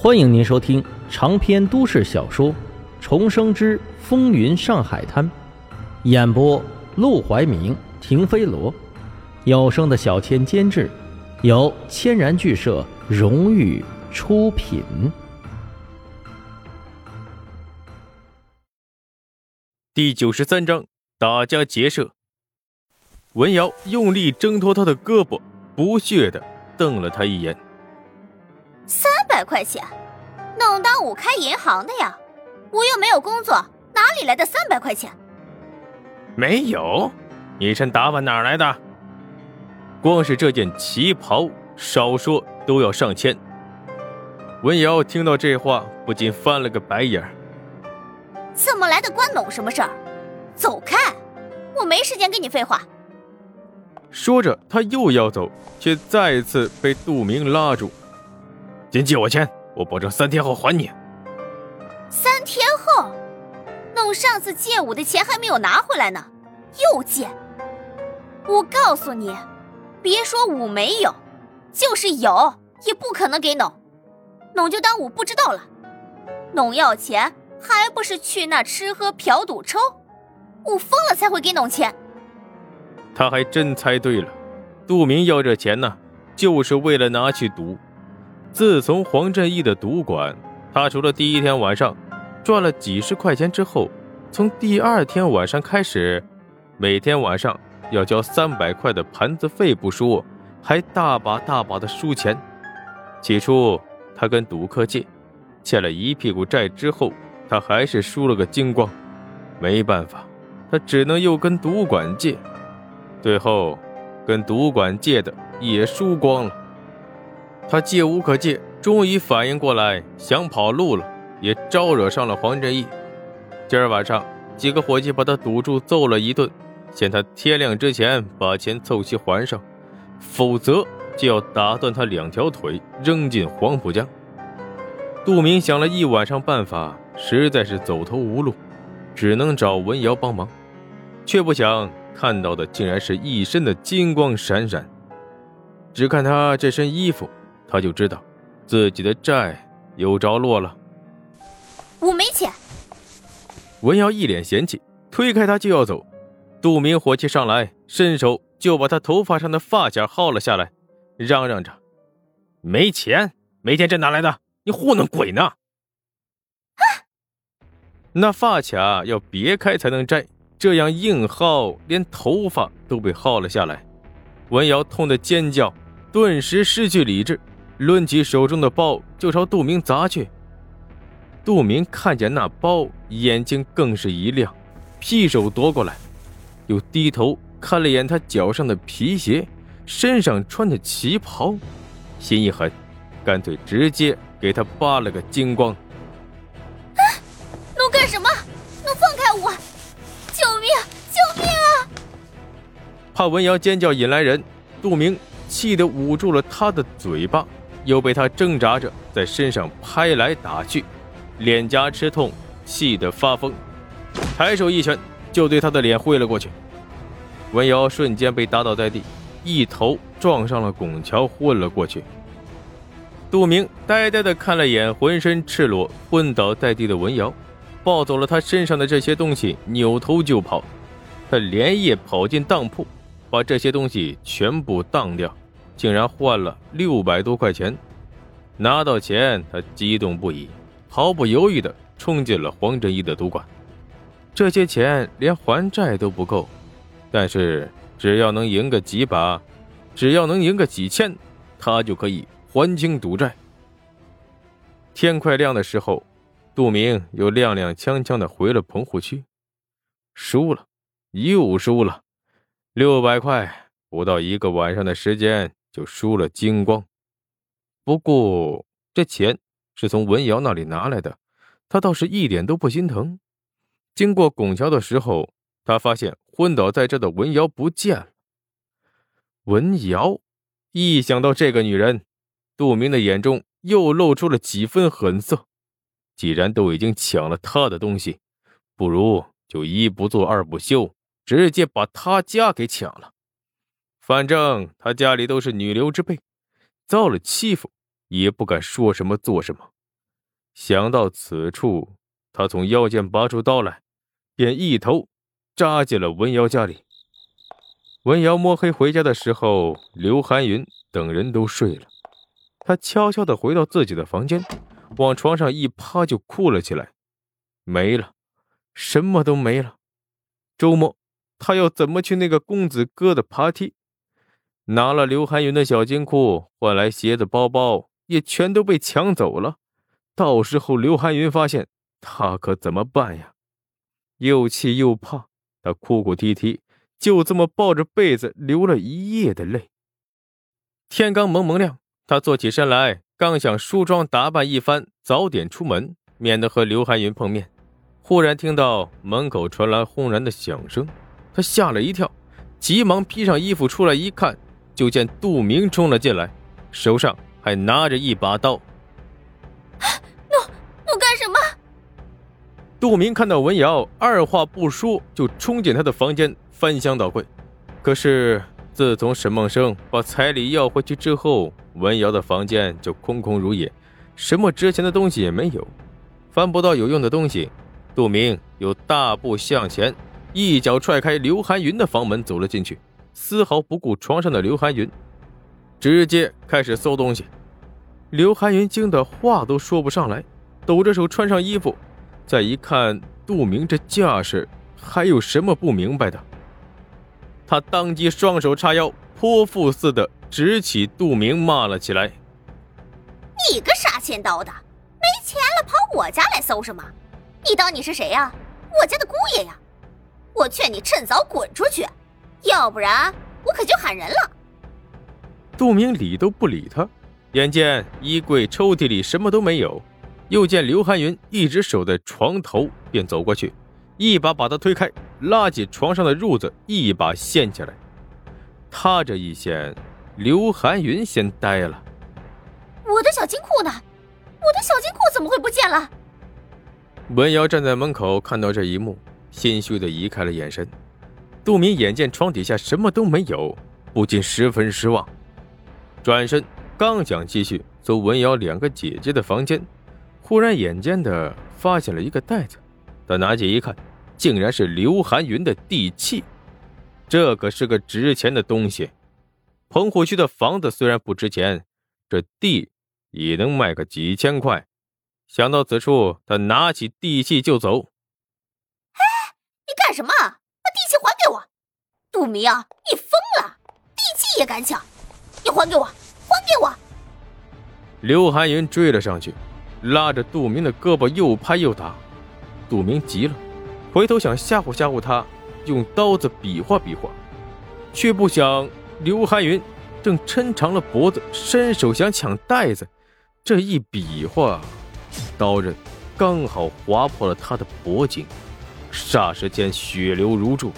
欢迎您收听长篇都市小说《重生之风云上海滩》，演播陆怀明、停飞罗，有声的小千监制，由千然剧社荣誉出品。 第93章打家劫舍。文瑶用力挣脱他的胳膊，不屑地瞪了他一眼。 300块钱能当我开银行的呀？我又没有工作，哪里来的300块钱？ 没有，你身打扮哪来的？光是这件旗袍少说都要上千。文瑶听到这话不禁翻了个白眼。 怎么来的关董什么事儿？走开，我没时间跟你废话。 说着他又要走，却再次被杜明拉住。先借我钱，我保证3天后还你。 3天后？弄上次借我的钱还没有拿回来呢，又借？我告诉你，别说我没有，就是有也不可能给弄，弄就当我不知道了。弄要钱还不是去那吃喝嫖赌抽？我疯了才会给弄钱。 他还真猜对了，杜明要这钱呢，就是为了拿去赌。自从黄振义的赌馆，他除了第一天晚上赚了几十块钱之后，从第2天晚上开始，每天晚上要交300块的盘子费不说，还大把大把的输钱。起初他跟赌客借，欠了一屁股债之后，他还是输了个精光。没办法，他只能又跟赌馆借，最后跟赌馆借的也输光了。他借无可借，终于反应过来想跑路了，也招惹上了黄振义。今儿晚上几个伙计把他堵住揍了一顿，限他天亮之前把钱凑齐还上，否则就要打断他2条腿扔进黄浦江。杜明想了一晚上办法，实在是走投无路，只能找文瑶帮忙，却不想看到的竟然是一身的金光闪闪。只看他这身衣服，他就知道自己的债又着落了。 我没钱。 文瑶一脸嫌弃，推开他就要走。杜明火气上来，伸手就把他头发上的发卡薅了下来，嚷嚷着：没钱？没钱这哪来的？你糊弄鬼呢？那发卡要别开才能摘，这样硬薅，连头发都被薅了下来。文瑶痛得尖叫，顿时失去理智，抡起手中的包就朝杜明砸去。杜明看见那包，眼睛更是一亮，劈手夺过来，又低头看了眼他脚上的皮鞋，身上穿的旗袍，心一狠，干脆直接给他扒了个精光。 弄干什么？弄放开我！救命！救命啊！ 怕文瑶尖叫引来人，杜明气得捂住了他的嘴巴，又被他挣扎着在身上拍来打去，脸颊吃痛，气得发疯，抬手一拳就对他的脸挥了过去。文瑶瞬间被打倒在地，一头撞上了拱桥，昏了过去。杜明呆呆地看了眼浑身赤裸昏倒在地的文瑶，抱走了他身上的这些东西，扭头就跑。他连夜跑进当铺，把这些东西全部当掉，竟然换了600多块钱。拿到钱，他激动不已，毫不犹豫地冲进了黄振义的赌馆。这些钱连还债都不够，但是只要能赢个几把，只要能赢个几千，他就可以还清赌债。天快亮的时候，杜明又踉踉跄跄地回了棚户区。输了，又输了，600块，不到1个晚上的时间就输了精光。不过这钱是从文瑶那里拿来的，他倒是一点都不心疼。经过拱桥的时候，他发现昏倒在这的文瑶不见了。文瑶，一想到这个女人，杜明的眼中又露出了几分狠色。既然都已经抢了他的东西，不如就一不做二不休，直接把他家给抢了。反正他家里都是女流之辈，遭了欺负也不敢说什么做什么， 想到此处，他从腰间拔出刀来，便一头扎进了文瑶家里。文瑶摸黑回家的时候，刘寒云等人都睡了。他悄悄地回到自己的房间，往床上一趴就哭了起来。没了，什么都没了。周末他要怎么去那个公子哥的爬梯？拿了刘寒云的小金库换来鞋子包包，也全都被抢走了。到时候刘寒云发现，他可怎么办呀？又气又怕，他哭哭啼啼，就这么抱着被子流了一夜的泪。天刚蒙蒙亮，他坐起身来，刚想梳妆打扮一番，早点出门，免得和刘寒云碰面。忽然听到门口传来轰然的响声，他吓了一跳，急忙披上衣服出来一看，就见杜明冲了进来，手上还拿着一把刀。 弄干什么？ 杜明看到文瑶，二话不说就冲进他的房间，翻箱倒柜。可是自从沈梦生把彩礼要回去之后，文瑶的房间就空空如也，什么值钱的东西也没有。翻不到有用的东西，杜明又大步向前，一脚踹开刘寒云的房门走了进去，丝毫不顾床上的刘寒云，直接开始搜东西。刘寒云惊得话都说不上来，抖着手穿上衣服，再一看杜明这架势，还有什么不明白的？他当即双手叉腰，泼妇似的直起杜明骂了起来： 你个杀千刀的，没钱了跑我家来搜什么？你当你是谁呀？我家的姑爷呀！我劝你趁早滚出去，要不然我可就喊人了。 杜明理都不理他，眼见衣柜抽屉里什么都没有，又见刘寒云一直守在床头，便走过去，一把把他推开，拉起床上的褥子，一把掀起来。他这一掀，刘寒云先呆了。 我的小金库呢？我的小金库怎么会不见了？ 文瑶站在门口看到这一幕，心虚地移开了眼神。杜明眼见床底下什么都没有，不禁十分失望，转身刚想继续走文瑶两个姐姐的房间，忽然眼尖的发现了一个袋子，他拿起一看，竟然是刘寒云的地契。这可是个值钱的东西，棚户区的房子虽然不值钱，这地也能卖个几千块。想到此处，他拿起地契就走。 你干什么？把地契还给我！杜明，你疯了？地契也敢抢？你还给我，还给我！ 刘寒云追了上去，拉着杜明的胳膊又拍又打。杜明急了，回头想吓唬吓唬他，用刀子比划比划，却不想刘寒云正抻长了脖子，伸手想抢袋子，这一比划，刀刃刚好划破了他的脖颈，霎时间血流如注。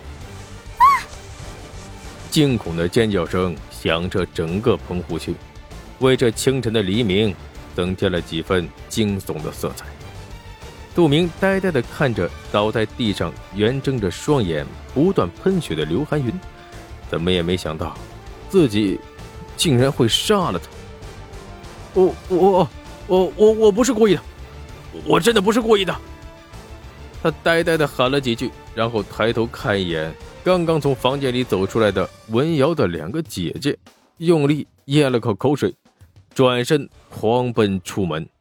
惊恐的尖叫声响彻整个棚户区，为这清晨的黎明增添了几分惊悚的色彩。杜明呆呆地看着倒在地上圆睁着双眼不断喷血的刘寒云，怎么也没想到自己竟然会杀了他。我不是故意的，我真的不是故意的。他呆呆地喊了几句，然后抬头看一眼刚刚从房间里走出来的文瑶的两个姐姐，用力咽了口口水，转身狂奔出门。